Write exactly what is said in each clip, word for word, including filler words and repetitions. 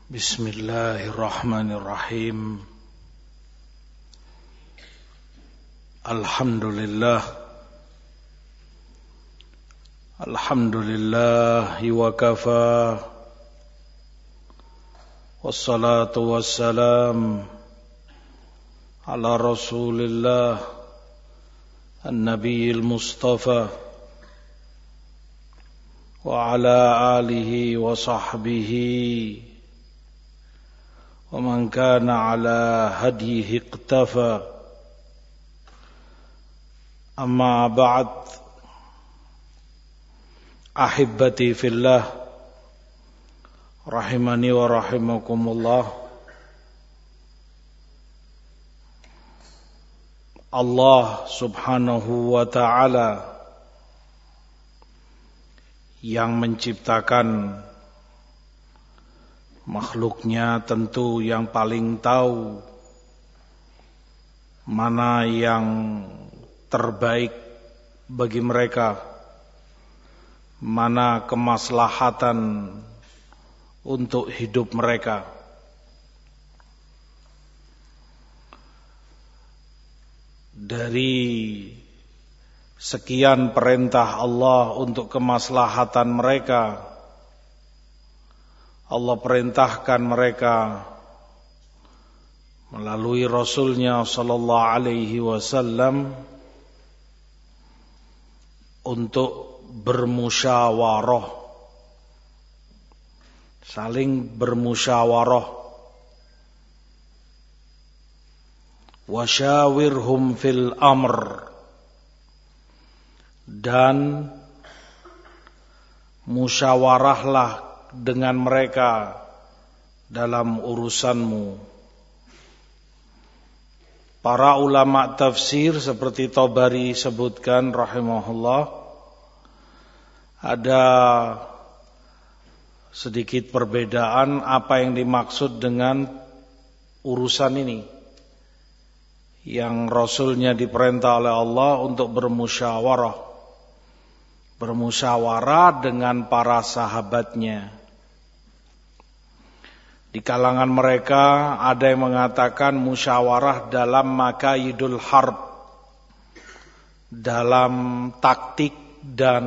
Bismillahirrahmanirrahim. Alhamdulillah. Alhamdulillahi wa kafa. Wassalatu wassalam ala Rasulillah An-Nabiyil Mustafa wa ala alihi wa sahbihi wa man kana ala hadihi iqtafa. Amma ba'd. Ahibbati fillah, rahimani wa rahimakumullah. Allah subhanahu wa ta'ala yang menciptakan makhluknya tentu yang paling tahu mana yang terbaik bagi mereka, mana kemaslahatan untuk hidup mereka. Dari sekian perintah Allah untuk kemaslahatan mereka, Allah perintahkan mereka melalui Rasulnya sallallahu alaihi wasallam untuk bermusyawarah, saling bermusyawarah. Wasyawirhum fil amr, dan musyawarahlah dengan mereka dalam urusanmu. Para ulama tafsir seperti Tabari sebutkan rahimahullah, ada sedikit perbedaan apa yang dimaksud dengan urusan ini, yang Rasulnya diperintah oleh Allah untuk bermusyawarah, bermusyawarah dengan para sahabatnya. Di kalangan mereka ada yang mengatakan musyawarah dalam makaidul harb, dalam taktik dan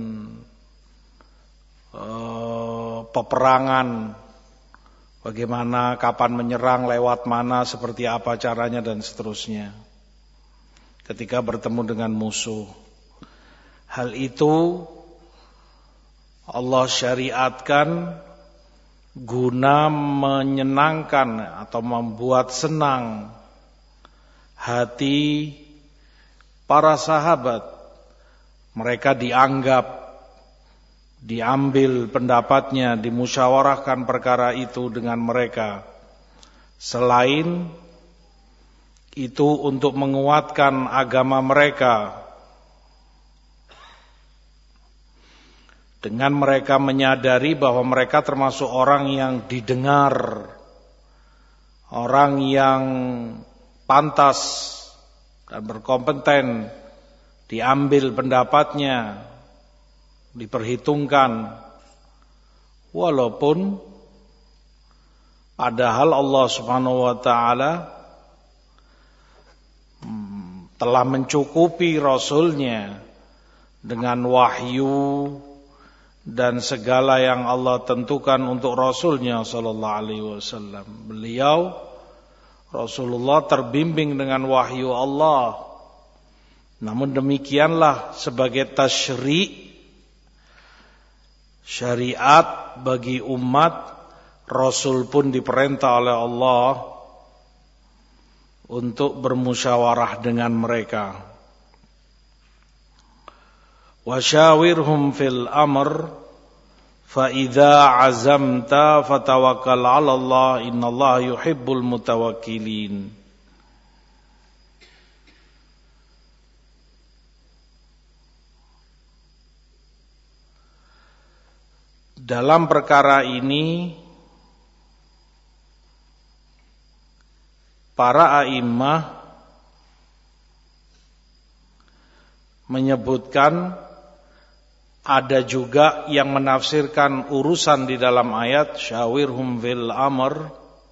uh, peperangan, bagaimana, kapan menyerang, lewat mana, seperti apa caranya dan seterusnya ketika bertemu dengan musuh. Hal itu Allah syariatkan guna menyenangkan atau membuat senang hati para sahabat. Mereka dianggap, diambil pendapatnya, dimusyawarahkan perkara itu dengan mereka. Selain itu untuk menguatkan agama mereka, dengan mereka menyadari bahwa mereka termasuk orang yang didengar, orang yang pantas dan berkompeten, diambil pendapatnya, diperhitungkan. Walaupun padahal Allah subhanahu wa ta'ala telah mencukupi Rasulnya dengan wahyu dan segala yang Allah tentukan untuk Rasulnya sallallahu alaihi wasallam. Beliau Rasulullah terbimbing dengan wahyu Allah. Namun demikianlah sebagai tasyri', syariat bagi umat, Rasul pun diperintah oleh Allah untuk bermusyawarah dengan mereka. Wasyawirhum fil amr fa idza azamta fatawakkal 'ala Allah innallaha yuhibbul mutawakkilin. Dalam perkara ini para a'immah menyebutkan Ada juga yang menafsirkan urusan di dalam ayat syawirhum fil amr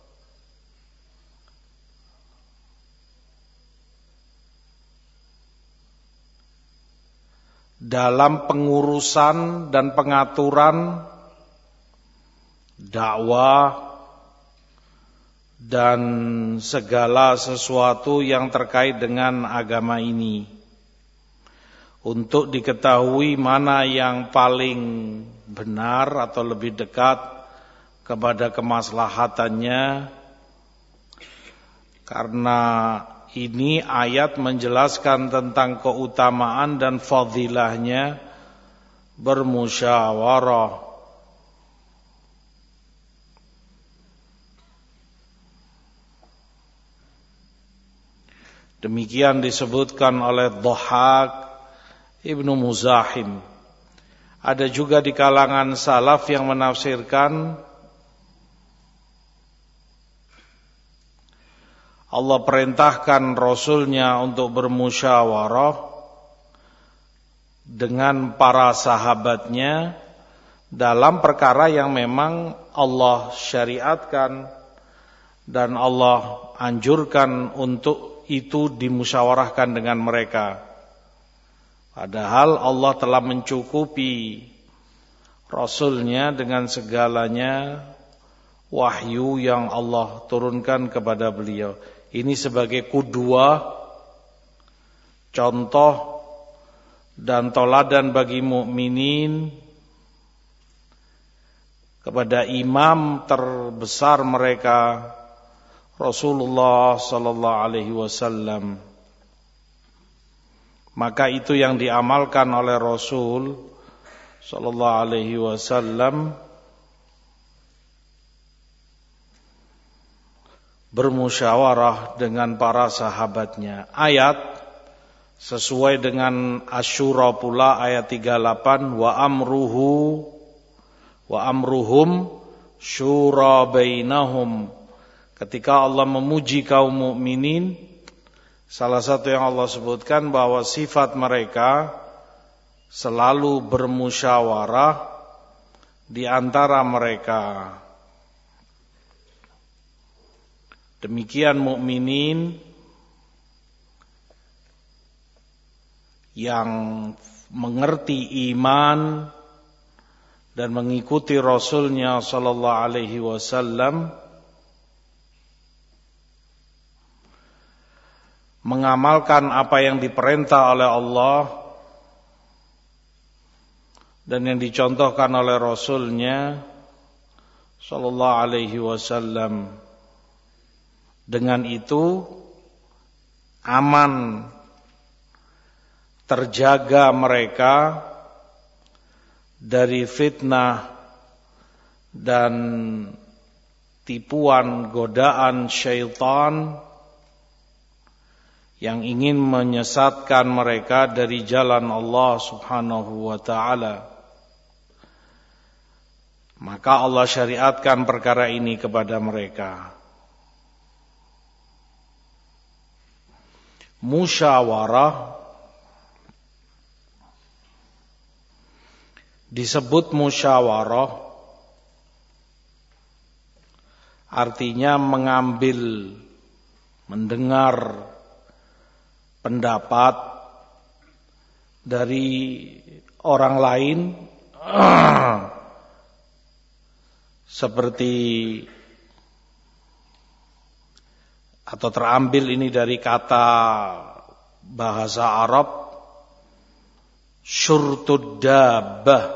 dalam pengurusan dan pengaturan dakwah dan segala sesuatu yang terkait dengan agama ini, untuk diketahui mana yang paling benar atau lebih dekat kepada kemaslahatannya. Karena ini ayat menjelaskan tentang keutamaan dan fadilahnya bermusyawarah. Demikian disebutkan oleh Dhahak Ibnu Muzahim. Ada juga di kalangan salaf yang menafsirkan Allah perintahkan Rasulnya untuk bermusyawarah dengan para sahabatnya dalam perkara yang memang Allah syariatkan dan Allah anjurkan untuk itu dimusyawarahkan dengan mereka. Padahal Allah telah mencukupi Rasulnya dengan segalanya wahyu yang Allah turunkan kepada beliau. Ini sebagai qudwah, contoh dan toladan bagi mukminin kepada imam terbesar mereka, Rasulullah sallallahu alaihi wasallam. Maka itu yang diamalkan oleh Rasul sallallahu alaihi wasallam, bermusyawarah dengan para sahabatnya. Ayat sesuai dengan Asy-Syura pula ayat tiga puluh delapan, wa amruhu wa amruhum syura bainahum. Ketika Allah memuji kaum mukminin, salah satu yang Allah sebutkan bahwa sifat mereka selalu bermusyawarah di antara mereka. Demikian mukminin yang mengerti iman dan mengikuti Rasulnya sallallahu alaihi wasallam, mengamalkan apa yang diperintah oleh Allah dan yang dicontohkan oleh Rasulnya sallallahu alaihi wasallam. Dengan itu aman, terjaga mereka dari fitnah dan tipuan godaan syaitan yang ingin menyesatkan mereka dari jalan Allah Subhanahu wa ta'ala. Maka Allah syariatkan perkara ini kepada mereka. Musyawarah disebut musyawarah artinya mengambil, mendengar pendapat dari orang lain seperti atau terambil ini dari kata bahasa Arab syurtud dabbah,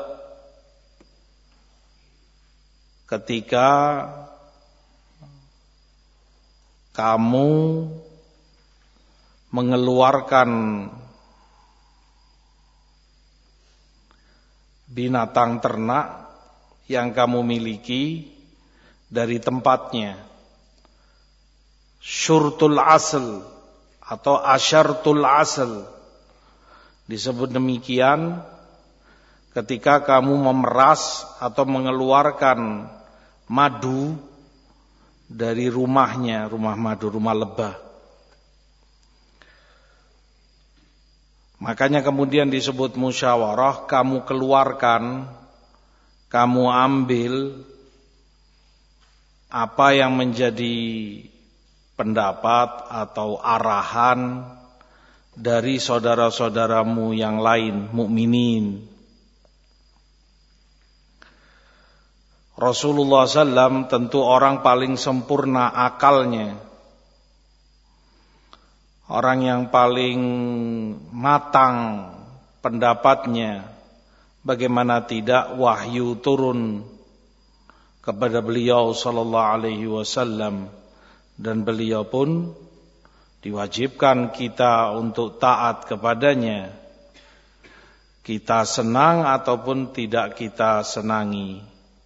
ketika kamu mengeluarkan binatang ternak yang kamu miliki dari tempatnya. Syurtul asl atau asyartul asl disebut demikian ketika kamu memeras atau mengeluarkan madu dari rumahnya, rumah madu, rumah lebah. Makanya kemudian disebut musyawarah, kamu keluarkan, kamu ambil apa yang menjadi pendapat atau arahan dari saudara-saudaramu yang lain, mukminin. Rasulullah sallallahu alaihi wasallam tentu orang paling sempurna akalnya, orang yang paling matang pendapatnya. Bagaimana tidak wahyu turun kepada beliau sallallahu alaihi wasallam, dan beliau pun diwajibkan kita untuk taat kepadanya, kita senang ataupun tidak kita senangi.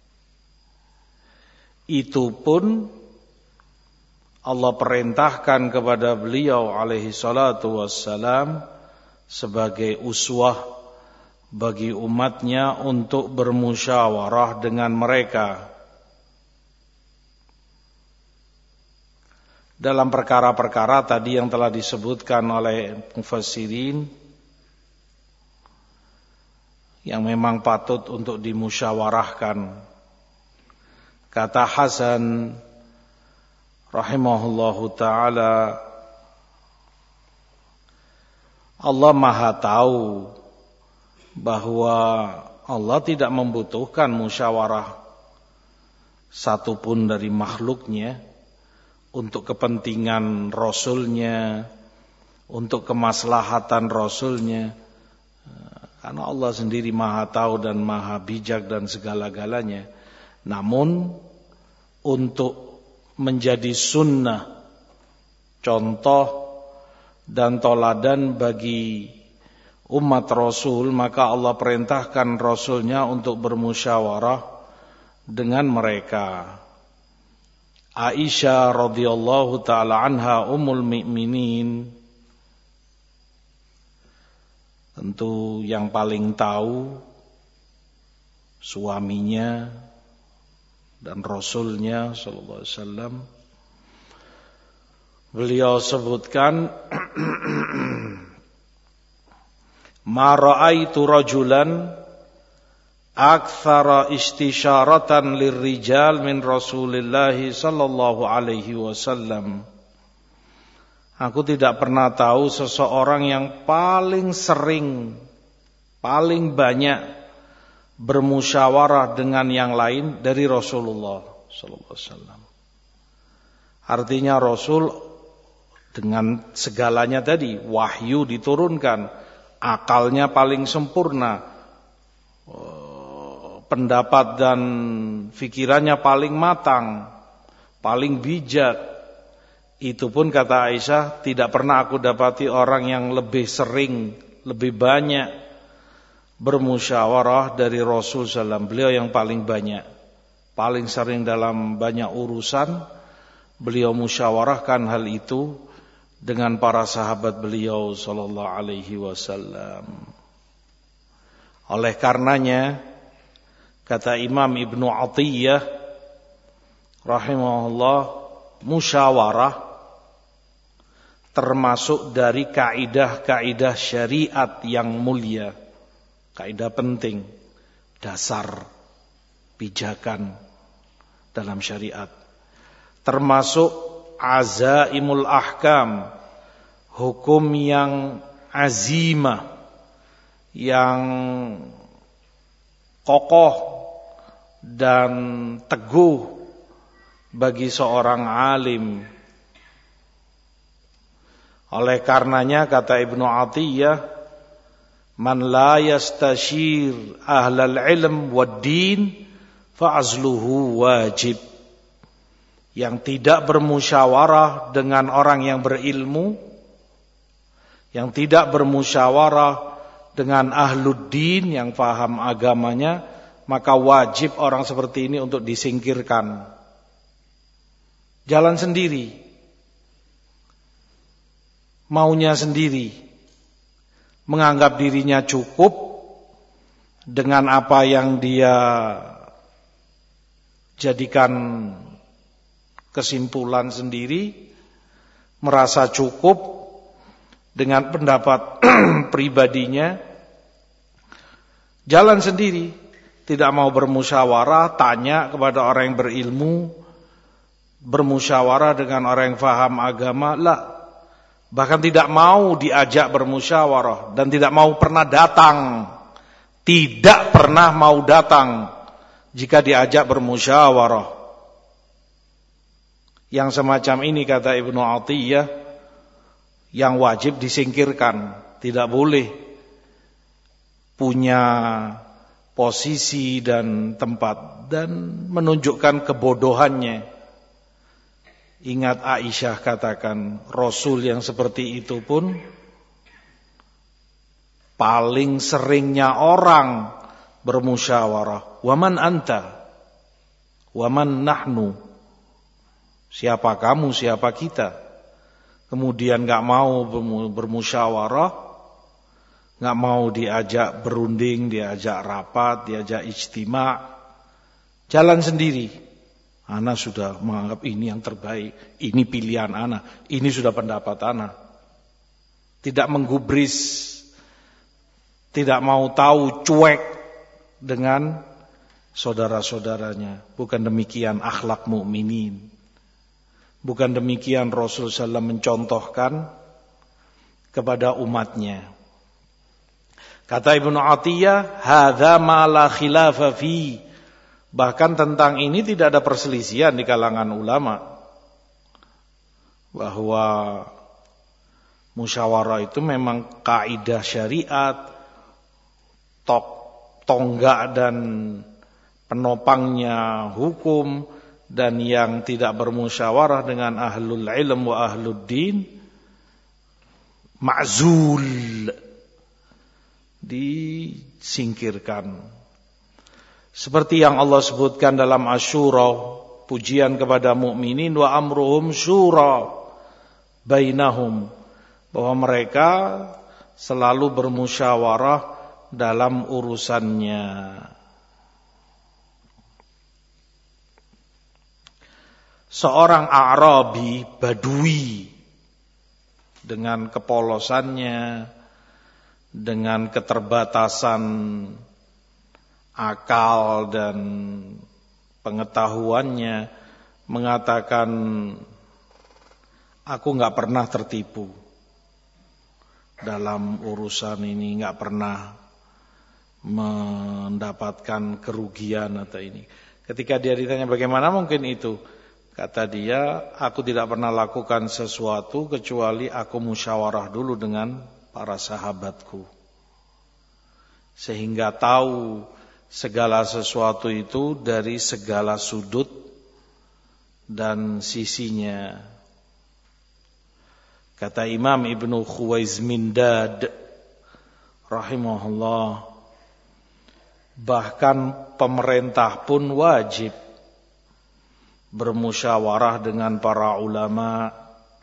Itu pun Allah perintahkan kepada beliau alaihi salatu wassalam sebagai uswah bagi umatnya untuk bermusyawarah dengan mereka dalam perkara-perkara tadi yang telah disebutkan oleh mufassirin yang memang patut untuk dimusyawarahkan. Kata Hasan rahimahullahu ta'ala, Allah maha tahu bahwa Allah tidak membutuhkan musyawarah satupun dari makhluknya untuk kepentingan Rasulnya, untuk kemaslahatan Rasulnya, karena Allah sendiri maha tahu dan maha bijak dan segala-galanya. Namun untuk menjadi sunnah, contoh dan toladan bagi umat Rasul, maka Allah perintahkan Rasulnya untuk bermusyawarah dengan mereka. Aisyah radhiyallahu ta'ala anha ummul mukminin, tentu yang paling tahu suaminya dan Rasulnya sallallahu alaihi wasallam. Beliau sebutkan, ma ra'aitu rajulan aktsara istisyaratan lirrijal min Rasulillah sallallahu alaihi wasallam. Aku tidak pernah tahu seseorang yang paling sering, paling banyak bermusyawarah dengan yang lain dari Rasulullah sallallahu alaihi wasallam. Artinya Rasul dengan segalanya tadi, wahyu diturunkan, akalnya paling sempurna, pendapat dan fikirannya paling matang, paling bijak. Itu pun kata Aisyah, tidak pernah aku dapati orang yang lebih sering, lebih banyak bermusyawarah dari Rasul sallallahu alaihi wasallam. Beliau yang paling banyak, paling sering dalam banyak urusan, beliau musyawarahkan hal itu dengan para sahabat beliau sallallahu alaihi wasallam. Oleh karenanya, kata Imam Ibnu Athiyyah rahimahullah, musyawarah termasuk dari kaidah-kaidah syariat yang mulia, kaidah penting, dasar pijakan dalam syariat, termasuk azaimul ahkam, hukum yang azimah, yang kokoh dan teguh bagi seorang alim. Oleh karenanya kata Ibnu Athiyyah, man la yastashir ahlal ilm wad din fa'azluhu wajib. Yang tidak bermusyawarah dengan orang yang berilmu, yang tidak bermusyawarah dengan ahlud din yang paham agamanya, maka wajib orang seperti ini untuk disingkirkan. Jalan sendiri, maunya sendiri, menganggap dirinya cukup dengan apa yang dia jadikan kesimpulan sendiri, merasa cukup dengan pendapat pribadinya, jalan sendiri, tidak mau bermusyawarah, tanya kepada orang yang berilmu, bermusyawarah dengan orang yang faham agama, lah. Bahkan tidak mau diajak bermusyawarah dan tidak mau pernah datang. Tidak pernah mau datang jika diajak bermusyawarah. Yang semacam ini, kata Ibnu Atiyah, yang wajib disingkirkan. Tidak boleh punya posisi dan tempat dan menunjukkan kebodohannya. Ingat Aisyah katakan, Rasul yang seperti itu pun paling seringnya orang bermusyawarah. Waman anta? Waman nahnu? Siapa kamu, siapa kita? Kemudian gak mau bermusyawarah, gak mau diajak berunding, diajak rapat, diajak ijtima', jalan sendiri. Ana sudah menganggap ini yang terbaik, ini pilihan ana, ini sudah pendapat ana. Tidak menggubris, tidak mau tahu, cuek dengan saudara-saudaranya. Bukan demikian akhlak mukminin. Bukan demikian Rasul sallallahu alaihi wasallam mencontohkan kepada umatnya. Kata Ibnu Atiyah, hadza ma la khilafa fi. Bahkan tentang ini tidak ada perselisihan di kalangan ulama, bahwa musyawarah itu memang kaidah syariat, tok, tonggak dan penopangnya hukum, dan yang tidak bermusyawarah dengan ahlul ilm wa ahlud din ma'zul, disingkirkan. Seperti yang Allah sebutkan dalam Asyura, pujian kepada mukminin, wa amruhum syura bainahum, bahwa mereka selalu bermusyawarah dalam urusannya. Seorang Arabi Badui dengan kepolosannya, dengan keterbatasan akal dan pengetahuannya, mengatakan, aku gak pernah tertipu dalam urusan ini, gak pernah mendapatkan kerugian atau ini. Ketika dia ditanya bagaimana mungkin itu, kata dia, aku tidak pernah lakukan sesuatu kecuali aku musyawarah dulu dengan para sahabatku, sehingga tahu segala sesuatu itu dari segala sudut dan sisinya. Kata Imam Ibnu Khuwaizmindad rahimahullah, bahkan pemerintah pun wajib bermusyawarah dengan para ulama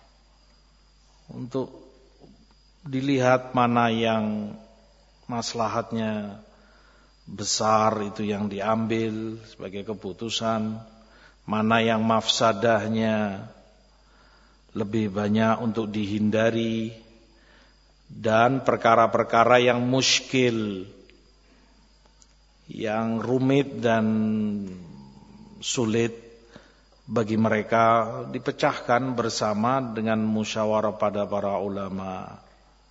untuk dilihat mana yang maslahatnya besar, itu yang diambil sebagai keputusan, mana yang mafsadahnya lebih banyak untuk dihindari, dan perkara-perkara yang muskil, yang rumit dan sulit bagi mereka, dipecahkan bersama dengan musyawarah pada para ulama.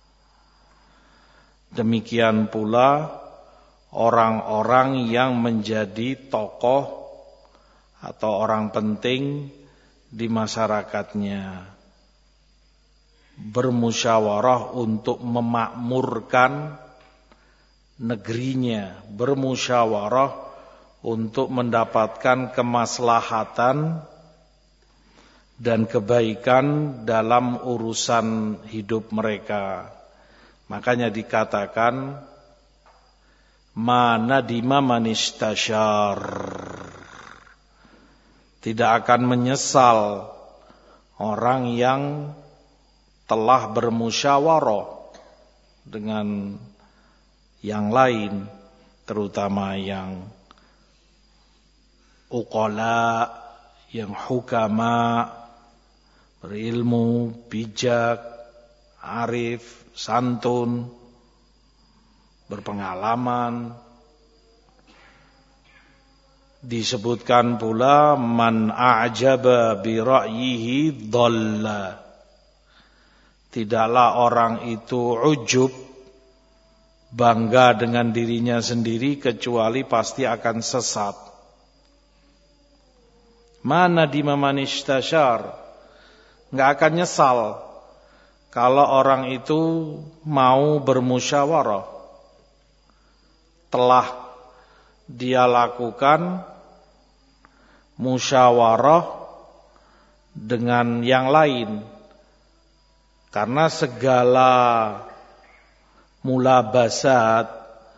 Demikian pula orang-orang yang menjadi tokoh atau orang penting di masyarakatnya, bermusyawarah untuk memakmurkan negerinya, bermusyawarah untuk mendapatkan kemaslahatan dan kebaikan dalam urusan hidup mereka. Makanya dikatakan mana dima manistasyar, tidak akan menyesal orang yang telah bermusyawarah dengan yang lain, terutama yang uqala, yang hukama, berilmu, bijak, arif, santun, berpengalaman. Disebutkan pula man a'jaba bi ra'yihi dhalla. Tidaklah orang itu ujub, bangga dengan dirinya sendiri, kecuali pasti akan sesat. Mana di mamanistashar, enggak akan nyesal kalau orang itu mau bermusyawarah. Telah dia lakukan musyawarah dengan yang lain, karena segala mulabasat,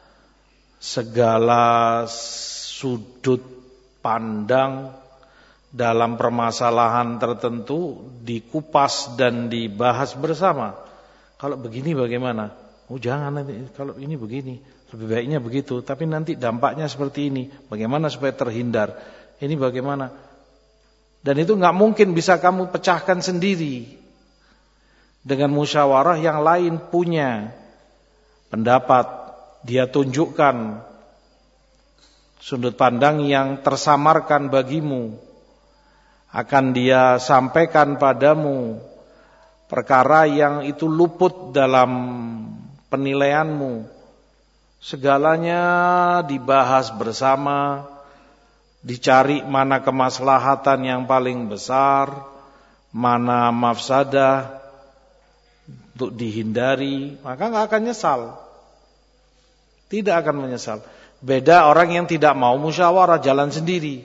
segala sudut pandang dalam permasalahan tertentu dikupas dan dibahas bersama. Kalau begini bagaimana? Oh jangan, nanti kalau ini begini, lebih baiknya begitu, tapi nanti dampaknya seperti ini, bagaimana supaya terhindar, ini bagaimana. Dan itu gak mungkin bisa kamu pecahkan sendiri. Dengan musyawarah yang lain punya pendapat, dia tunjukkan sudut pandang yang tersamarkan bagimu, akan dia sampaikan padamu perkara yang itu luput dalam penilaianmu. Segalanya dibahas bersama, dicari mana kemaslahatan yang paling besar, mana mafsadah untuk dihindari, maka gak akan nyesal. Tidak akan menyesal. Beda orang yang tidak mau musyawarah, jalan sendiri.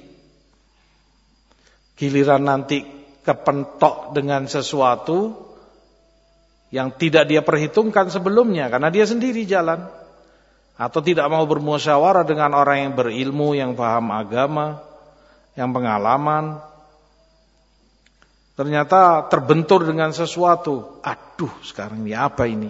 Giliran nanti kepentok dengan sesuatu yang tidak dia perhitungkan sebelumnya, karena dia sendiri jalan. Atau tidak mau bermusyawarah dengan orang yang berilmu, yang paham agama, yang pengalaman. Ternyata terbentur dengan sesuatu. Aduh, sekarang ini apa ini?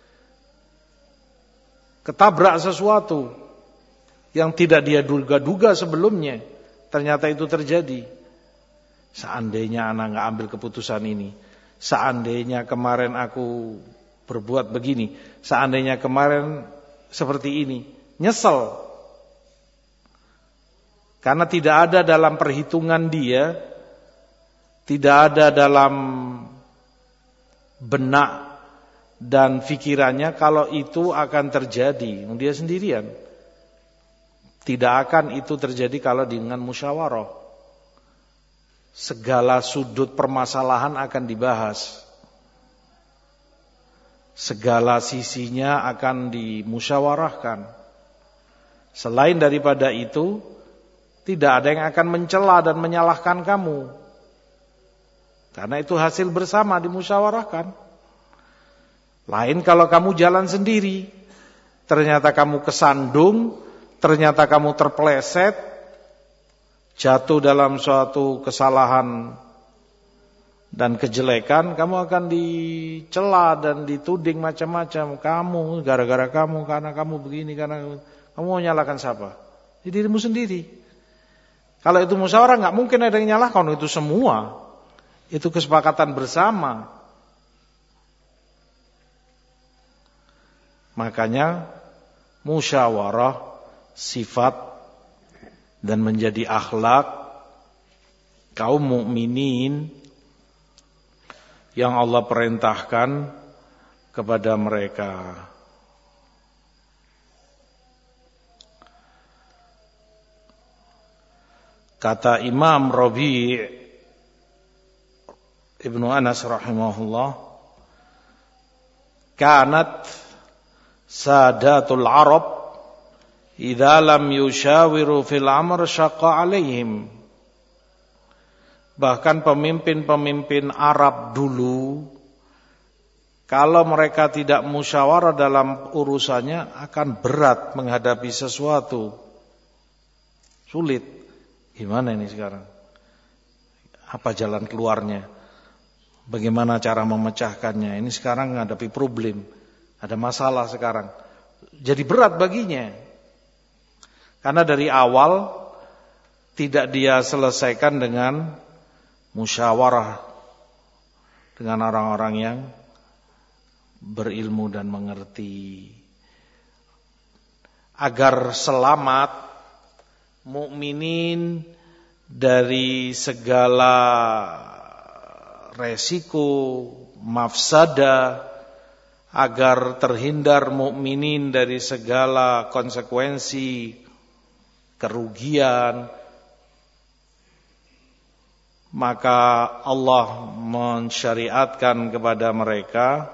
Ketabrak sesuatu yang tidak dia duga-duga sebelumnya. Ternyata itu terjadi. Seandainya anak gak ambil keputusan ini, seandainya kemarin aku berbuat begini, seandainya kemarin seperti ini, nyesel. Karena tidak ada dalam perhitungan dia, tidak ada dalam benak dan pikirannya kalau itu akan terjadi. Dia sendirian. Tidak akan itu terjadi kalau dengan musyawarah. Segala sudut permasalahan akan dibahas. Segala sisinya akan dimusyawarahkan. Selain daripada itu, tidak ada yang akan mencela dan menyalahkan kamu. Karena itu hasil bersama dimusyawarahkan. Lain kalau kamu jalan sendiri, ternyata kamu kesandung, ternyata kamu terpeleset, jatuh dalam suatu kesalahan dan kejelekan, kamu akan dicela dan dituding macam-macam. Kamu, gara-gara kamu, karena kamu begini, karena kamu mau nyalahkan siapa? Di dirimu sendiri. Kalau itu musyawarah, nggak mungkin ada yang nyalahkan, itu semua. Itu kesepakatan bersama. Makanya musyawarah sifat dan menjadi akhlak kaum mukminin yang Allah perintahkan kepada mereka. Kata Imam Rabi' Ibnu Anas rahimahullah, kanat sadatul Arab idza lam yushawiru fil amr syaqqa alaihim. Bahkan pemimpin-pemimpin Arab dulu, kalau mereka tidak musyawarah dalam urusannya, akan berat menghadapi sesuatu. Sulit. Gimana ini sekarang? Apa jalan keluarnya? Bagaimana cara memecahkannya? Ini sekarang menghadapi problem. Ada masalah sekarang. Jadi berat baginya. Karena dari awal tidak dia selesaikan dengan musyawarah dengan orang-orang yang berilmu dan mengerti. Agar selamat mukminin dari segala resiko, mafsada, agar terhindar mukminin dari segala konsekuensi kerugian, maka Allah mensyariatkan kepada mereka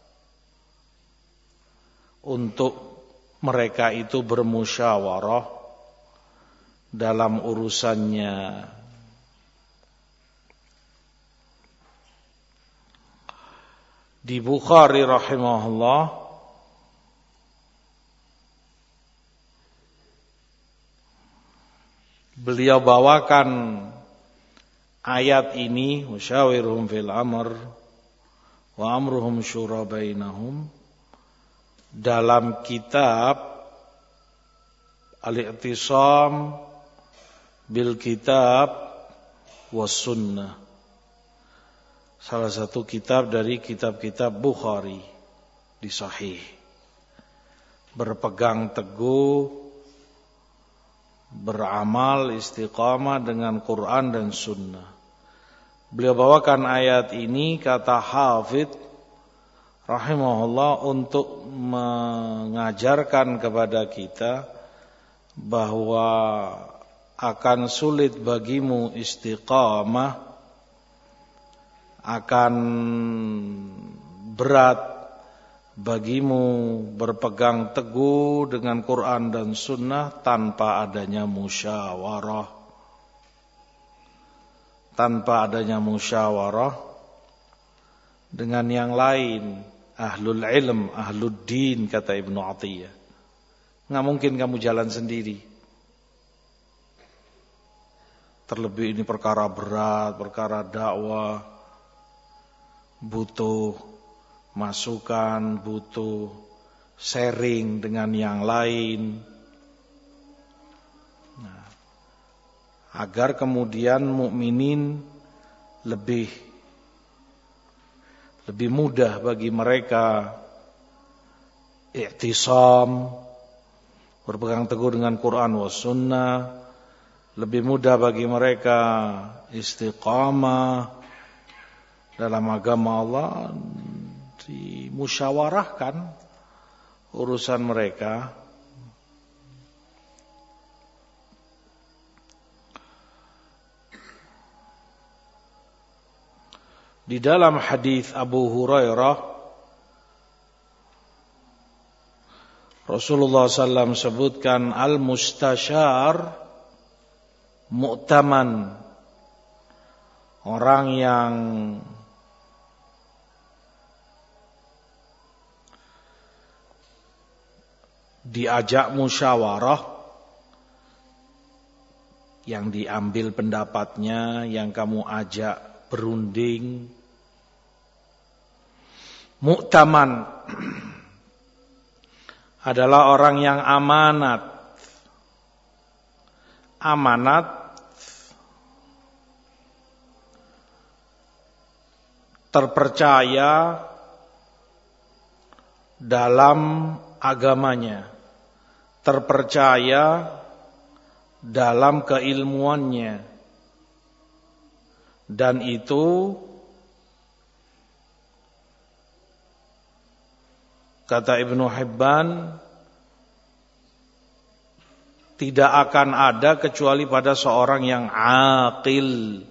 untuk mereka itu bermusyawarah dalam urusannya. Di Bukhari rahimahullah beliau bawakan ayat ini, wasyawirhum fil amr wa amruhum syura bainahum, dalam kitab Al-I'tisam bil Kitab was Sunnah, salah satu kitab dari kitab-kitab Bukhari di Sahih. Berpegang teguh, beramal istiqamah dengan Quran dan Sunnah. Beliau bawakan ayat ini, kata Hafidh rahimahullah, untuk mengajarkan kepada kita bahwa akan sulit bagimu istiqamah, akan berat bagimu berpegang teguh dengan Quran dan Sunnah tanpa adanya musyawarah. Tanpa adanya musyawarah dengan yang lain, ahlul ilm, ahlul din, kata Ibnu Atiyah. Nggak mungkin kamu jalan sendiri. Terlebih ini perkara berat, perkara dakwah, butuh masukan, butuh sharing dengan yang lain. Nah, agar kemudian mukminin lebih lebih mudah bagi mereka i'tisam, berpegang teguh dengan Quran was Sunnah, lebih mudah bagi mereka istiqamah dalam agama Allah, dimusyawarahkan urusan mereka. Di dalam hadis Abu Hurairah, Rasulullah sallallahu alaihi wasallam sebutkan al-mustasyar mu'taman, orang yang diajak musyawarah, yang diambil pendapatnya, yang kamu ajak berunding. Mu'taman adalah orang yang amanat. Amanat terpercaya dalam agamanya, terpercaya dalam keilmuannya, dan itu, kata Ibnu Hibban, tidak akan ada kecuali pada seorang yang aqil,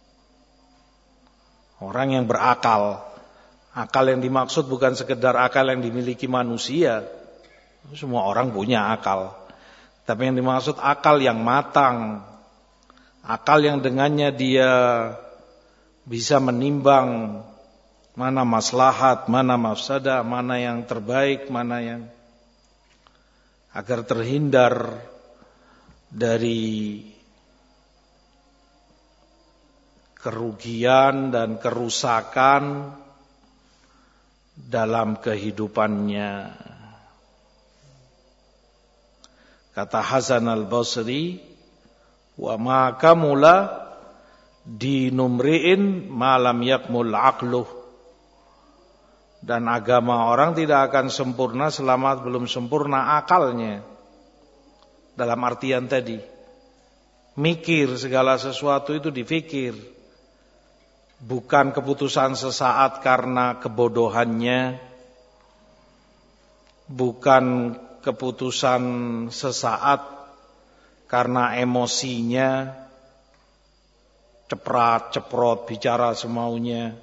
orang yang berakal. Akal yang dimaksud bukan sekedar akal yang dimiliki manusia, semua orang punya akal, tapi yang dimaksud akal yang matang, akal yang dengannya dia bisa menimbang mana maslahat, mana mafsadah, mana yang terbaik, mana yang, agar terhindar dari kerugian dan kerusakan dalam kehidupannya. Kata Hasan al-Basri, wa ma kamula dinumri'in ma lam yakmul aqluh. Dan agama orang tidak akan sempurna selama belum sempurna akalnya. Dalam artian tadi, mikir segala sesuatu itu difikir. Bukan keputusan sesaat karena kebodohannya. Bukan keputusan sesaat karena emosinya. Ceprat, ceprot, bicara semaunya.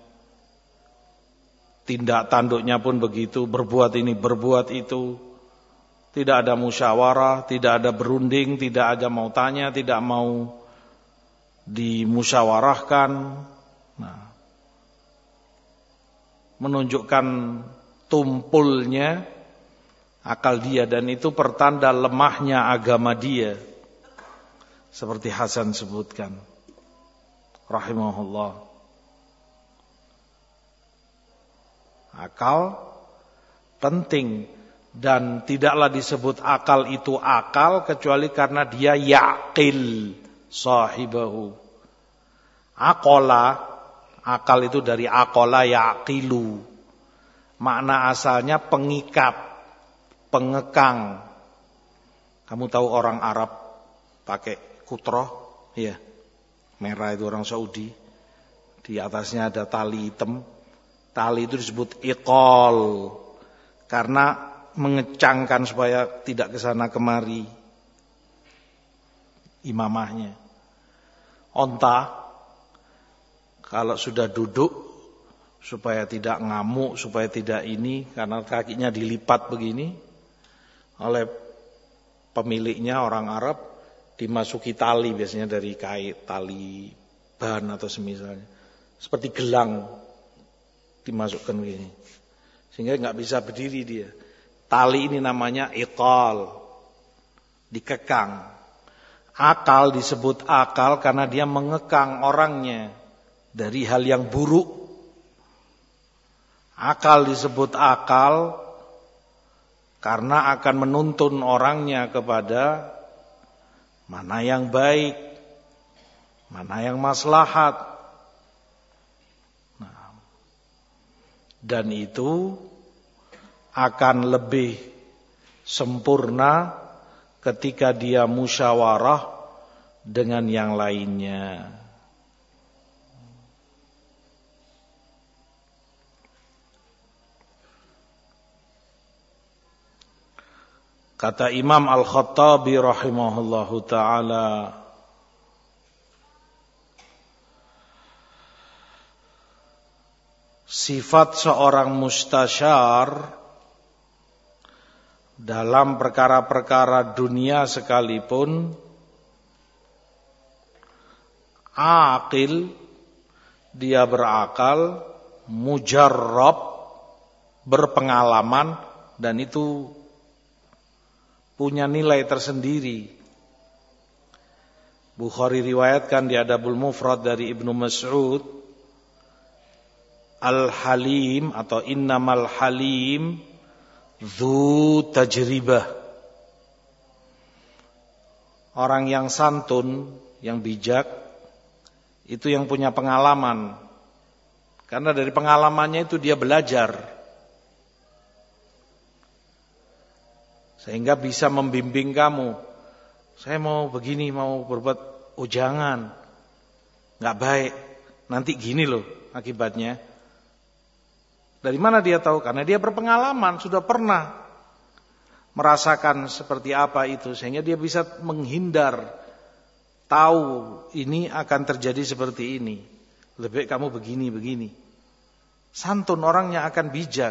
Tindak tanduknya pun begitu, berbuat ini, berbuat itu. Tidak ada musyawarah, tidak ada berunding, tidak ada mau tanya, tidak mau dimusyawarahkan. Nah, menunjukkan tumpulnya akal dia, dan itu pertanda lemahnya agama dia. Seperti Hasan sebutkan, rahimahullah. Akal penting, dan tidaklah disebut akal itu akal kecuali karena dia yaqil sahibahu. Aqala, akal itu dari aqala yaqilu. Makna asalnya pengikat, pengekang. Kamu tahu orang Arab pakai kutroh, ya, merah itu orang Saudi. Di atasnya ada tali hitam. Tali itu disebut iqal karena mengecangkan supaya tidak kesana kemari imamahnya. Onta kalau sudah duduk supaya tidak ngamuk, supaya tidak ini, karena kakinya dilipat begini oleh pemiliknya orang Arab, dimasuki tali biasanya dari kait, tali ban atau semisalnya, seperti gelang dimasukkan begini, sehingga nggak bisa berdiri dia. Tali ini namanya iqal, dikekang. Akal disebut akal karena dia mengekang orangnya dari hal yang buruk. Akal disebut akal karena akan menuntun orangnya kepada mana yang baik, mana yang maslahat. Dan itu akan lebih sempurna ketika dia musyawarah dengan yang lainnya. Kata Imam Al-Khattabi rahimahullahu ta'ala, sifat seorang mustasyar dalam perkara-perkara dunia sekalipun, aqil, dia berakal, mujarrab, berpengalaman, dan itu punya nilai tersendiri. Bukhari riwayatkan di Adabul Mufrad dari Ibnu Mas'ud, Al-Halim atau innamal halim dzu tajribah. Orang yang santun, yang bijak, itu yang punya pengalaman. Karena dari pengalamannya itu dia belajar. Sehingga bisa membimbing kamu. Saya mau begini, mau berbuat, oh jangan, nggak baik, nanti gini loh akibatnya. Dari mana dia tahu? Karena dia berpengalaman, sudah pernah merasakan seperti apa itu, sehingga dia bisa menghindar, tahu ini akan terjadi seperti ini. Lebih baik kamu begini begini. Santun orangnya akan bijak.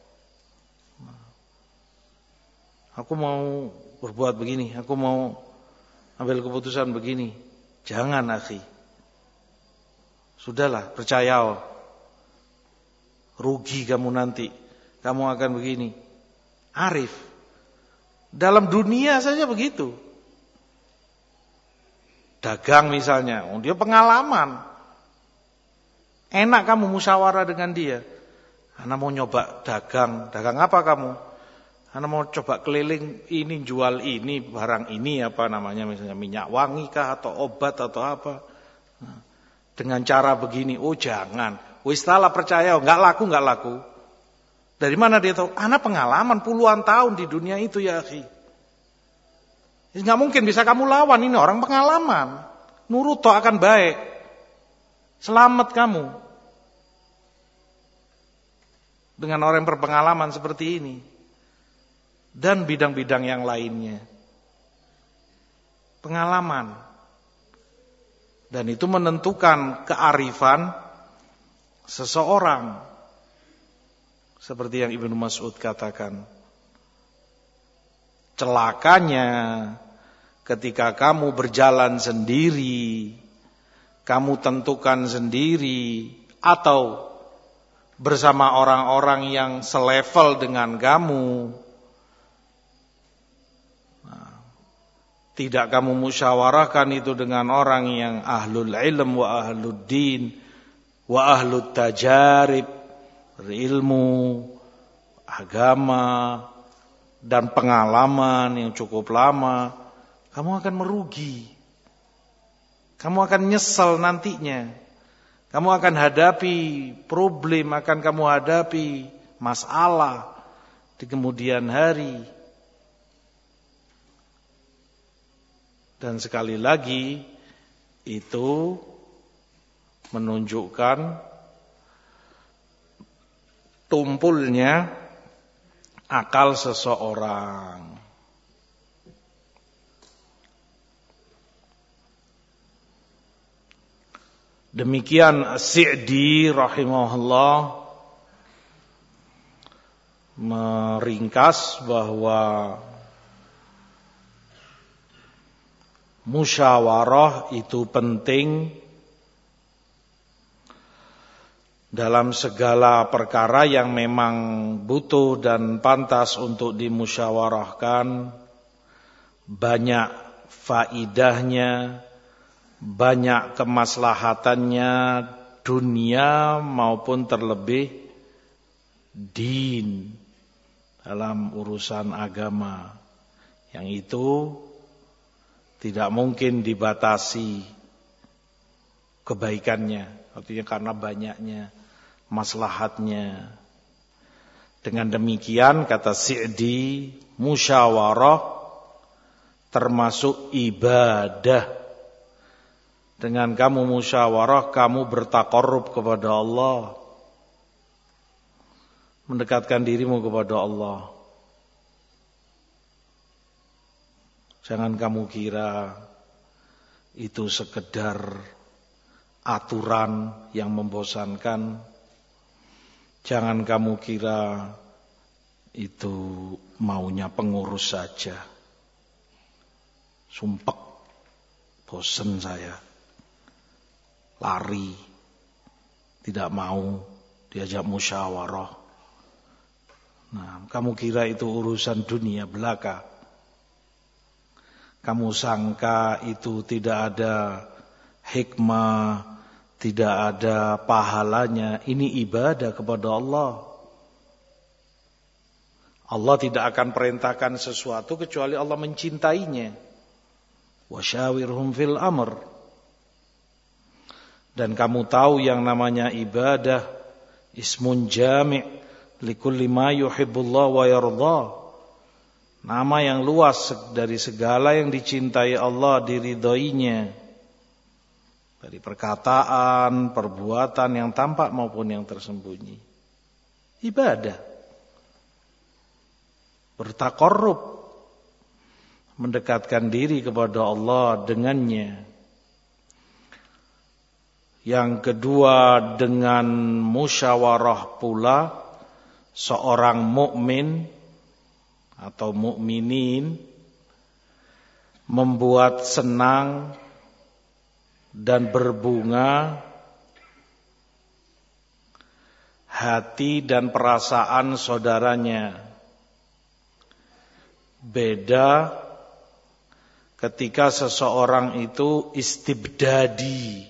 Aku mau berbuat begini, aku mau ambil keputusan begini. Jangan, akhi. Sudahlah, percaya. Rugi kamu nanti. Kamu akan begini. Arif. Dalam dunia saja begitu. Dagang misalnya, dia pengalaman. Enak kamu musyawarah dengan dia. Ana mau nyoba dagang. Dagang apa kamu? Ana mau coba keliling ini, jual ini, barang ini, apa namanya, misalnya minyak wangi kah atau obat atau apa. Nah, dengan cara begini, oh jangan. Wis talah percaya, enggak laku, enggak laku. Dari mana dia tahu? Ana pengalaman puluhan tahun di dunia itu ya akhi. Nggak mungkin bisa kamu lawan, ini orang pengalaman. Nurut toh akan baik. Selamat kamu. Dengan orang yang berpengalaman seperti ini. Dan bidang-bidang yang lainnya. Pengalaman. Dan itu menentukan kearifan seseorang. Seperti yang Ibnu Mas'ud katakan. Celakanya ketika kamu berjalan sendiri, kamu tentukan sendiri, atau bersama orang-orang yang selevel dengan kamu, nah, tidak kamu musyawarahkan itu dengan orang yang ahlul ilm wa ahlud din wa ahlud tajarib, berilmu, agama, dan pengalaman yang cukup lama, kamu akan merugi. Kamu akan nyesal nantinya. Kamu akan hadapi problem, akan kamu hadapi masalah di kemudian hari. Dan sekali lagi, itu menunjukkan tumpulnya akal seseorang. Demikian As-Sa'di rahimahullah meringkas bahwa musyawarah itu penting dalam segala perkara yang memang butuh dan pantas untuk dimusyawarahkan. Banyak faidahnya, banyak kemaslahatannya, dunia maupun terlebih din dalam urusan agama. Yang itu tidak mungkin dibatasi kebaikannya, artinya karena banyaknya maslahatnya. Dengan demikian kata Sa'di, musyawarah termasuk ibadah. Dengan kamu musyawarah, kamu bertaqarrub kepada Allah, mendekatkan dirimu kepada Allah. Jangan kamu kira itu sekedar aturan yang membosankan. Jangan kamu kira itu maunya pengurus saja. Sumpek, bosen saya, lari, tidak mau diajak musyawarah. Nah, kamu kira itu urusan dunia belaka. Kamu sangka itu tidak ada hikmah, tidak ada pahalanya. Ini ibadah kepada Allah. Allah tidak akan perintahkan sesuatu kecuali Allah mencintainya. Wasyawirhum fil amr. Dan kamu tahu yang namanya ibadah ismun jami' likulli ma yuhibbullah wa yardha. Nama yang luas dari segala yang dicintai Allah, diridhoinya. Dari perkataan, perbuatan yang tampak maupun yang tersembunyi. Ibadah. Bertaqarrub. Mendekatkan diri kepada Allah dengannya. Yang kedua, dengan musyawarah pula seorang mukmin atau mukminin membuat senang dan berbunga hati dan perasaan saudaranya. Beda ketika seseorang itu istibdadi,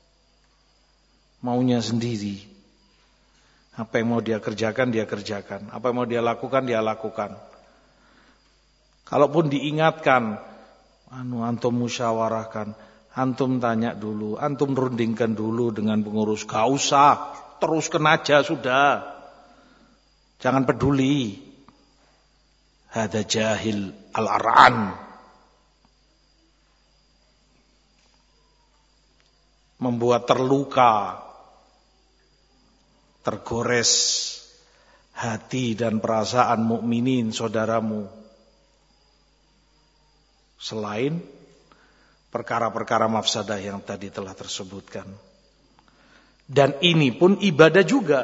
maunya sendiri. Apa yang mau dia kerjakan, dia kerjakan. Apa yang mau dia lakukan, dia lakukan. Kalaupun diingatkan, anu antum musyawarahkan, antum tanya dulu, antum rundingkan dulu dengan pengurus. Gak usah, teruskan aja sudah. Jangan peduli. Hada jahil al-ar'an. Membuat terluka, tergores hati dan perasaan mukminin saudaramu. Selain perkara-perkara mafsadah yang tadi telah tersebutkan. Dan ini pun ibadah juga.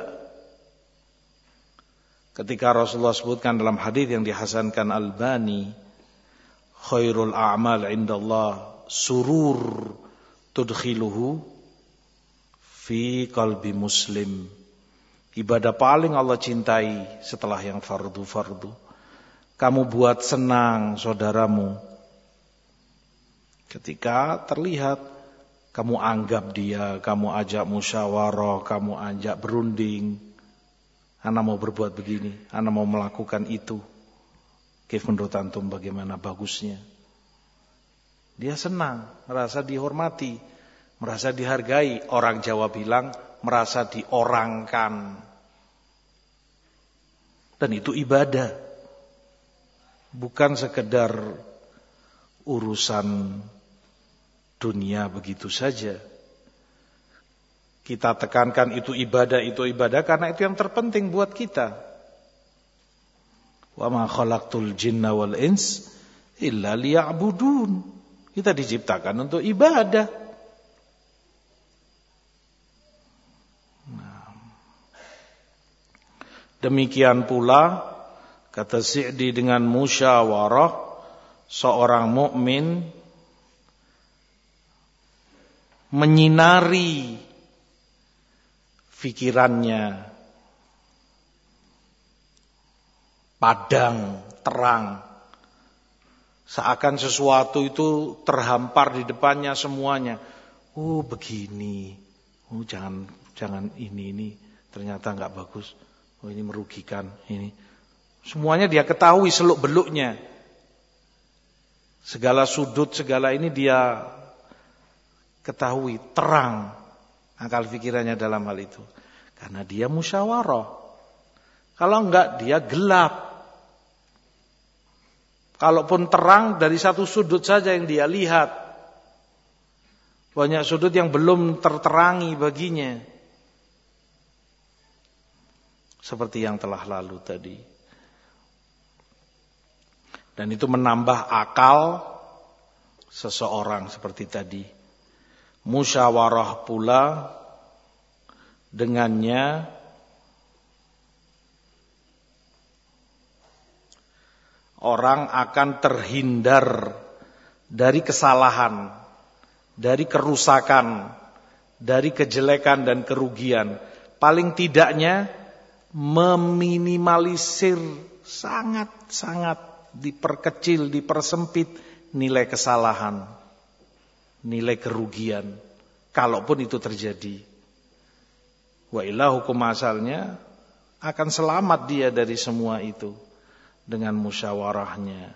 Ketika Rasulullah sebutkan dalam hadis yang dihasankan Albani, khairul a'mal indallah surur tudkhiluhu fi qalbi muslim. Ibadah paling Allah cintai setelah yang fardu-fardu. Kamu buat senang saudaramu. Ketika terlihat kamu anggap dia, kamu ajak musyawarah, kamu ajak berunding. Ana mau berbuat begini, ana mau melakukan itu. Kif menurut antum bagaimana bagusnya? Dia senang, merasa dihormati, merasa dihargai. Orang Jawa bilang merasa diorangkan. Dan itu ibadah. Bukan sekedar urusan dunia begitu saja. Kita tekankan itu ibadah, itu ibadah karena itu yang terpenting buat kita. Wa ma khalaqtul jinna wal ins illa liya'budun. Kita diciptakan untuk ibadah. Nah. Demikian pula kata Sa'di dengan musyawarah seorang mukmin menyinari pikirannya padang, terang. Seakan sesuatu itu terhampar di depannya semuanya. Oh begini, oh jangan jangan ini ini ternyata nggak bagus. Oh ini merugikan ini. Semuanya dia ketahui seluk beluknya. Segala sudut segala ini dia ketahui terang akal pikirannya dalam hal itu. Karena dia musyawarah. Kalau enggak dia gelap. Kalaupun terang dari satu sudut saja yang dia lihat. Banyak sudut yang belum terterangi baginya. Seperti yang telah lalu tadi. Dan itu menambah akal seseorang seperti tadi. Musyawarah pula dengannya orang akan terhindar dari kesalahan, dari kerusakan, dari kejelekan dan kerugian. Paling tidaknya meminimalisir sangat-sangat diperkecil, dipersempit nilai kesalahan, nilai kerugian, kalaupun itu terjadi. Wa illa hukum asalnya akan selamat dia dari semua itu dengan musyawarahnya.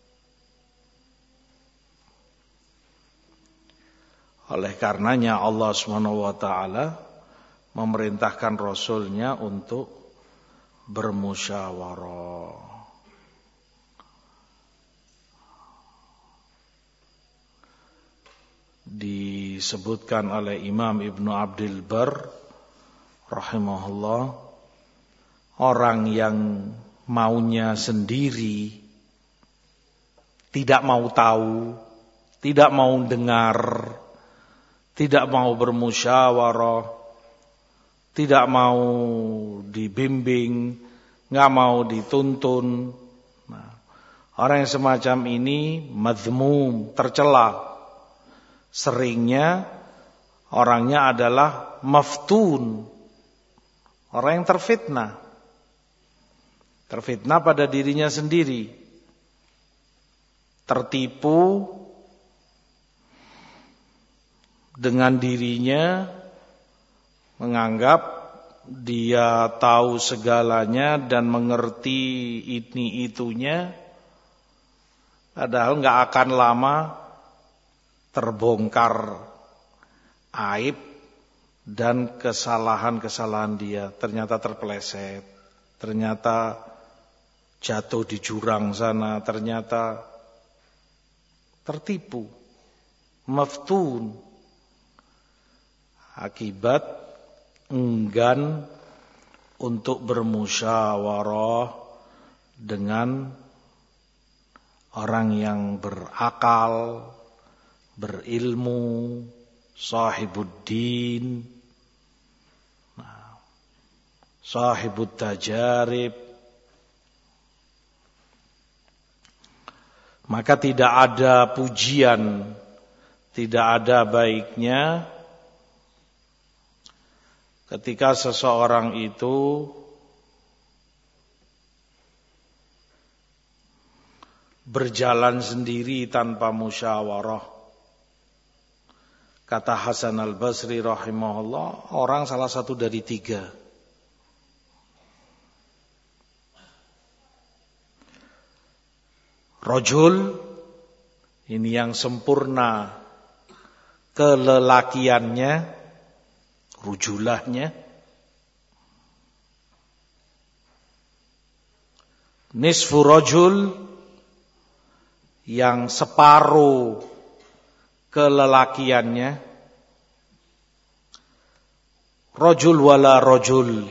Oleh karenanya Allah subhanahu wa taala memerintahkan Rasulnya untuk bermusyawarah. Disebutkan oleh Imam Ibnu Abdul Bar rahimahullah, orang yang maunya sendiri, tidak mau tahu, tidak mau dengar, tidak mau bermusyawarah, tidak mau dibimbing, nggak mau dituntun. Nah, orang yang semacam ini madzmum, tercela. Seringnya orangnya adalah maftun, orang yang terfitnah. Terfitnah pada dirinya sendiri. Tertipu dengan dirinya, menganggap dia tahu segalanya dan mengerti ini itunya. Padahal nggak akan lama terbongkar aib dan kesalahan-kesalahan dia. Ternyata terpeleset. ternyata jatuh di jurang sana, ternyata tertipu, maftun, akibat enggan untuk bermusyawarah dengan orang yang berakal, berilmu, sahibuddin, nah, sahibut tajarib. Maka tidak ada pujian, tidak ada baiknya ketika seseorang itu berjalan sendiri tanpa musyawarah. Kata Hasan al-Basri rahimahullah, orang salah satu dari tiga. Rajul, ini yang sempurna kelelakiannya, rujulahnya. Nisfu rajul, yang separuh kelelakiannya. Rajul wala rajul,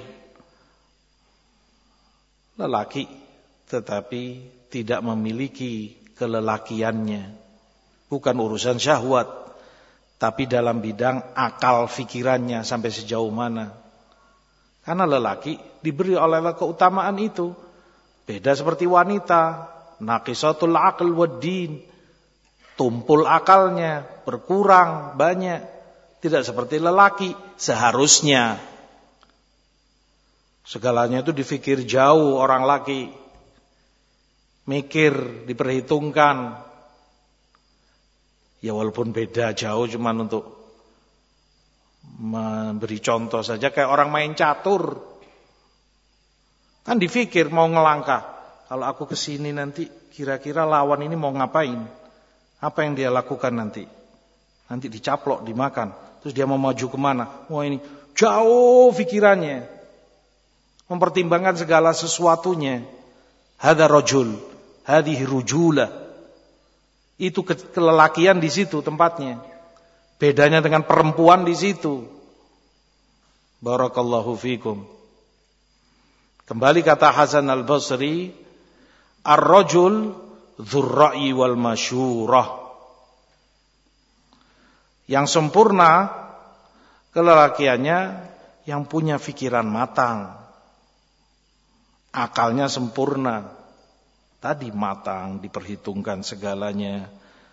lelaki tetapi tidak memiliki kelelakiannya. Bukan urusan syahwat, tapi dalam bidang akal fikirannya sampai sejauh mana. Karena lelaki diberi oleh Allah keutamaan itu. Beda seperti wanita, naqisatul aql wad din, tumpul akalnya, berkurang banyak. Tidak seperti lelaki seharusnya. Segalanya itu difikir jauh orang laki. Mikir, diperhitungkan. Ya walaupun beda jauh, cuman untuk memberi contoh saja. Kayak orang main catur. Kan difikir mau ngelangkah. Kalau aku kesini nanti kira-kira lawan ini mau ngapain? Apa yang dia lakukan nanti? Nanti dicaplok, dimakan. Terus dia mau maju kemana? Wah ini jauh pikirannya. Mempertimbangkan segala sesuatunya. Hadza rajul, hadhihi rujulah. Itu kelelakian di situ tempatnya. Bedanya dengan perempuan di situ. Barakallahu fikum. Kembali kata Hasan al-Basri, ar-rajul dzur ra'yi wal masyurah. Yang sempurna kelelakiannya yang punya pikiran matang. Akalnya sempurna. Tadi matang, diperhitungkan segalanya.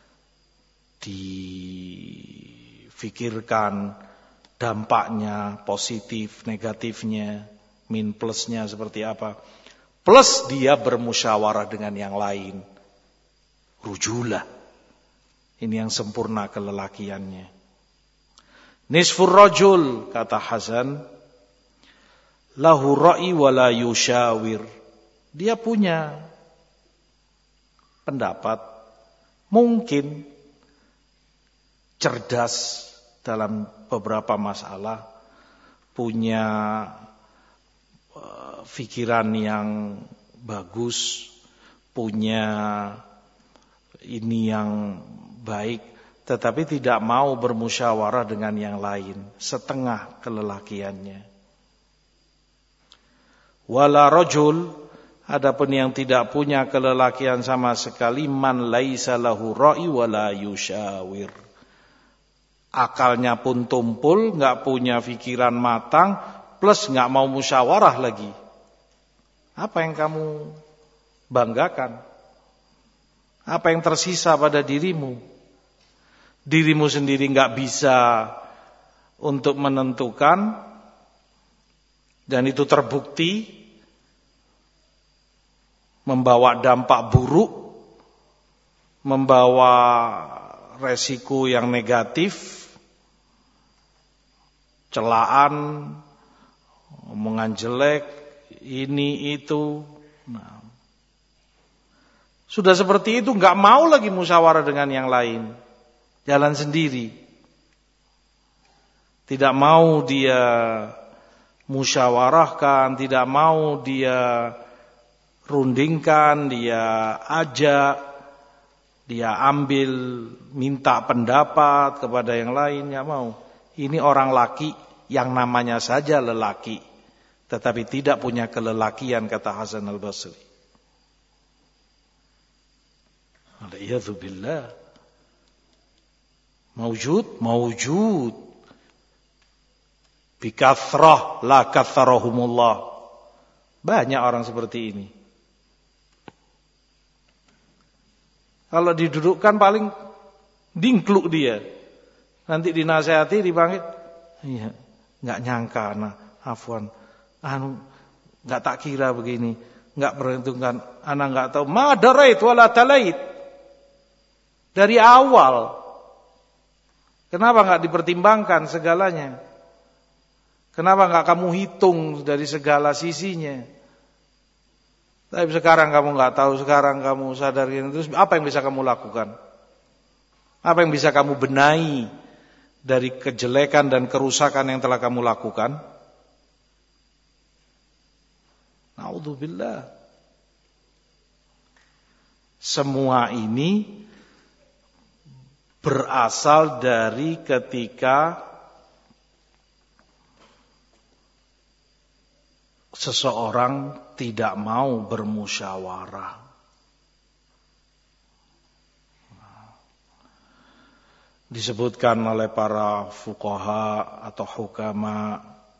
Difikirkan dampaknya, positif, negatifnya, min plusnya seperti apa. Plus dia bermusyawarah dengan yang lain. Rujulah. Ini yang sempurna kelelakiannya. Nisfur rajul, kata Hasan, lahu ra'i wa la yushawir. Dia punya pendapat, mungkin cerdas dalam beberapa masalah, punya uh, pikiran yang bagus, punya ini yang baik, tetapi tidak mau bermusyawarah dengan yang lain, setengah kelelakiannya. Wala rajul, adapun yang tidak punya kelelakian sama sekali, man laisa lahu ra'i wala yushawir. Akalnya pun tumpul, enggak punya pikiran matang, plus enggak mau musyawarah lagi. Apa yang kamu banggakan? Apa yang tersisa pada dirimu? Dirimu sendiri enggak bisa untuk menentukan, dan itu terbukti membawa dampak buruk, membawa resiko yang negatif, celaan, omongan jelek, ini itu. Nah, sudah seperti itu enggak mau lagi musyawarah dengan yang lain. Jalan sendiri. Tidak mau dia musyawarahkan, tidak mau dia rundingkan, dia ajak, dia ambil, minta pendapat kepada yang lain, nggak mau. Ini orang laki yang namanya saja lelaki, tetapi tidak punya kelelakian, kata Hasan al-Basri. Alhamdulillah. Mawjud, mawjud. Bikathrah la katharahumullah. Banyak orang seperti ini. Kalau didudukkan paling dingkluk dia. Nanti dinasihati, dipanggil, iya, enggak nyangka, nah, afwan. Anu enggak tak kira begini, enggak perhitungkan, ana enggak tahu ma darait wala talait. Dari awal. Kenapa enggak dipertimbangkan segalanya? Kenapa enggak kamu hitung dari segala sisinya? Tapi sekarang kamu enggak tahu, sekarang kamu sadar gini, terus apa yang bisa kamu lakukan? Apa yang bisa kamu benahi dari kejelekan dan kerusakan yang telah kamu lakukan? Na'udzubillah. Semua ini berasal dari ketika seseorang tidak mau bermusyawarah. Disebutkan oleh para fuqaha atau hukama,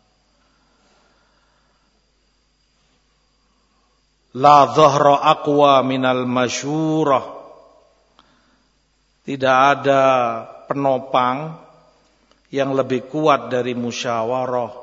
la dhahra aqwa minal masyurah. Tidak ada penopang yang lebih kuat dari musyawarah.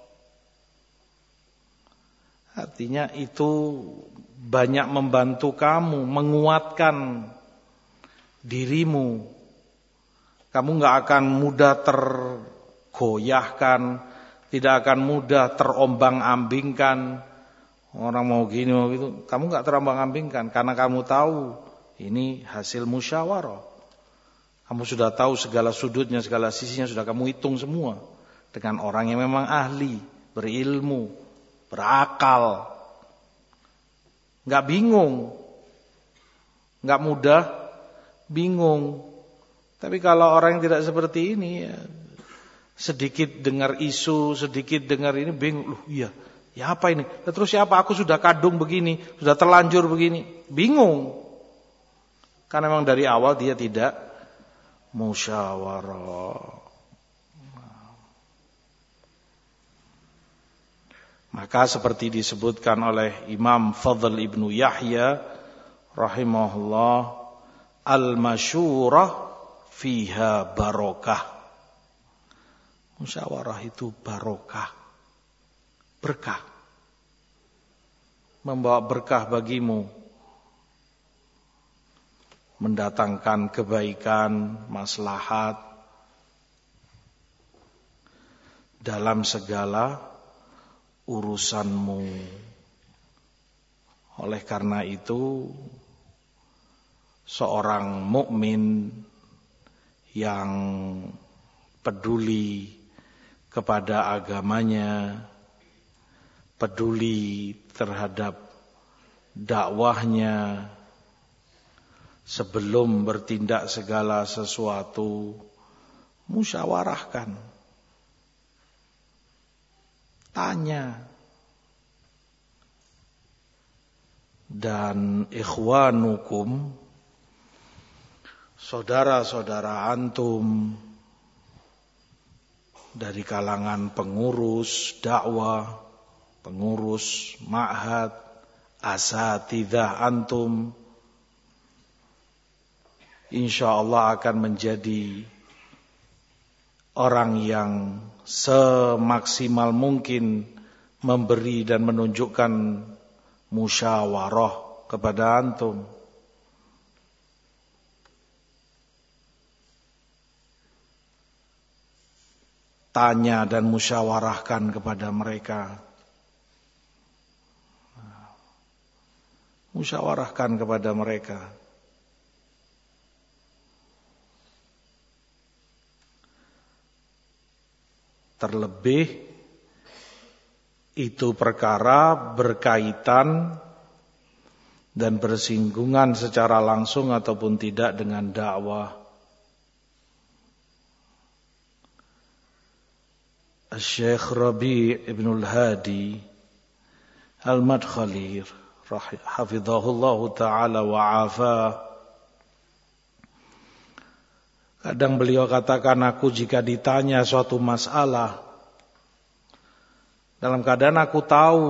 Artinya itu banyak membantu kamu, menguatkan dirimu. Kamu enggak akan mudah tergoyahkan, tidak akan mudah terombang-ambingkan. Orang mau gini mau gitu, kamu enggak terombang-ambingkan karena kamu tahu ini hasil musyawarah. Kamu sudah tahu segala sudutnya, segala sisinya sudah kamu hitung semua dengan orang yang memang ahli, berilmu, berakal. Enggak bingung. Enggak mudah bingung. Tapi kalau orang yang tidak seperti ini, ya, sedikit dengar isu, sedikit dengar ini bingung. Loh iya, ya apa ini? Terus siapa? Aku sudah kadung begini, sudah terlanjur begini. Bingung. Karena memang dari awal dia tidak musyawarah. Maka seperti disebutkan oleh Imam Fadl ibnu Yahya rahimahullah, al-masyurah fiha barokah. Musyawarah itu barokah, berkah, membawa berkah bagimu, mendatangkan kebaikan, maslahat dalam segala urusanmu. Oleh karena itu, seorang mukmin yang peduli kepada agamanya, peduli terhadap dakwahnya, sebelum bertindak segala sesuatu, musyawarahkan, tanya. Dan ikhwanukum, saudara-saudara antum dari kalangan pengurus dakwah, pengurus ma'had, asatidzah antum, insyaallah akan menjadi orang yang semaksimal mungkin memberi dan menunjukkan musyawarah kepada antum. Tanya dan musyawarahkan kepada mereka. Musyawarahkan kepada mereka. Terlebih itu perkara berkaitan dan bersinggungan secara langsung ataupun tidak dengan dakwah. Syekh Rabi' Ibnul Hadi Al-Madkhali hafizahullah ta'ala wa afa, kadang beliau katakan, aku jika ditanya suatu masalah dalam keadaan aku tahu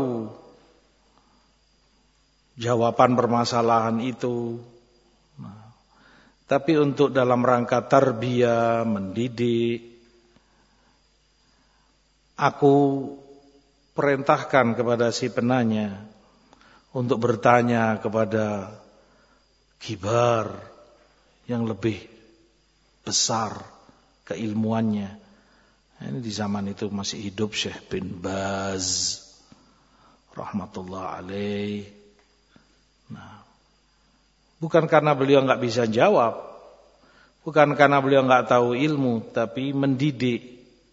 jawaban permasalahan itu, nah, tapi untuk dalam rangka tarbiyah, mendidik, aku perintahkan kepada si penanya untuk bertanya kepada kibar yang lebih besar keilmuannya. Ini di zaman itu masih hidup Syekh bin Baz rahmatullah alaih. Nah, bukan karena beliau enggak bisa jawab, bukan karena beliau enggak tahu ilmu, tapi mendidik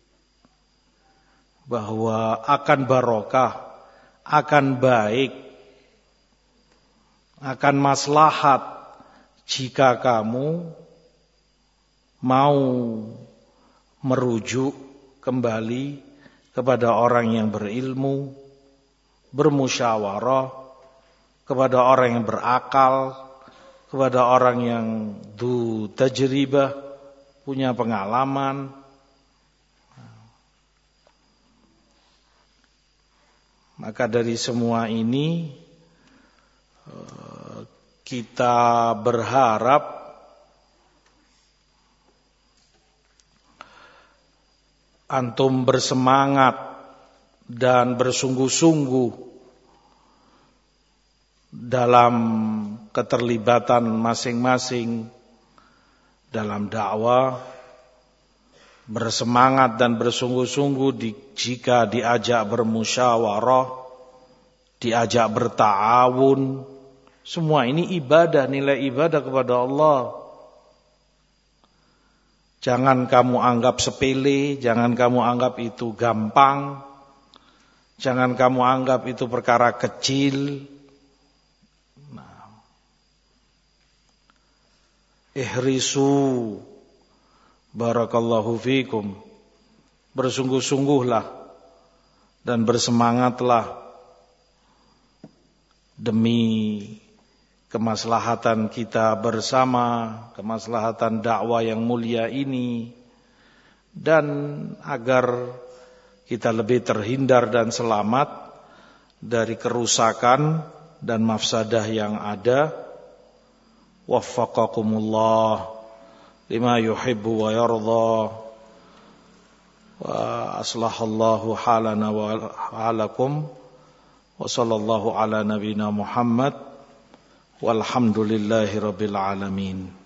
bahwa akan barokah, akan baik, akan maslahat jika kamu mau merujuk kembali kepada orang yang berilmu, bermusyawarah, kepada orang yang berakal, kepada orang yang du tajribah, punya pengalaman. Maka dari semua ini kita berharap antum bersemangat dan bersungguh-sungguh dalam keterlibatan masing-masing dalam dakwah, bersemangat dan bersungguh-sungguh di, jika diajak bermusyawarah, diajak berta'awun. Semua ini ibadah, nilai ibadah kepada Allah. Jangan kamu anggap sepele, jangan kamu anggap itu gampang, jangan kamu anggap itu perkara kecil. Nah, ihrisu barakallahu fikum, bersungguh-sungguhlah dan bersemangatlah demi kemaslahatan kita bersama, kemaslahatan dakwah yang mulia ini, dan agar kita lebih terhindar dan selamat dari kerusakan dan mafsadah yang ada. Waffaqakumullah lima yuhibbu wa yardha wa aslahallahu halana wa halakum wa sallallahu ala nabina Muhammad walhamdulillahi rabbil alamin.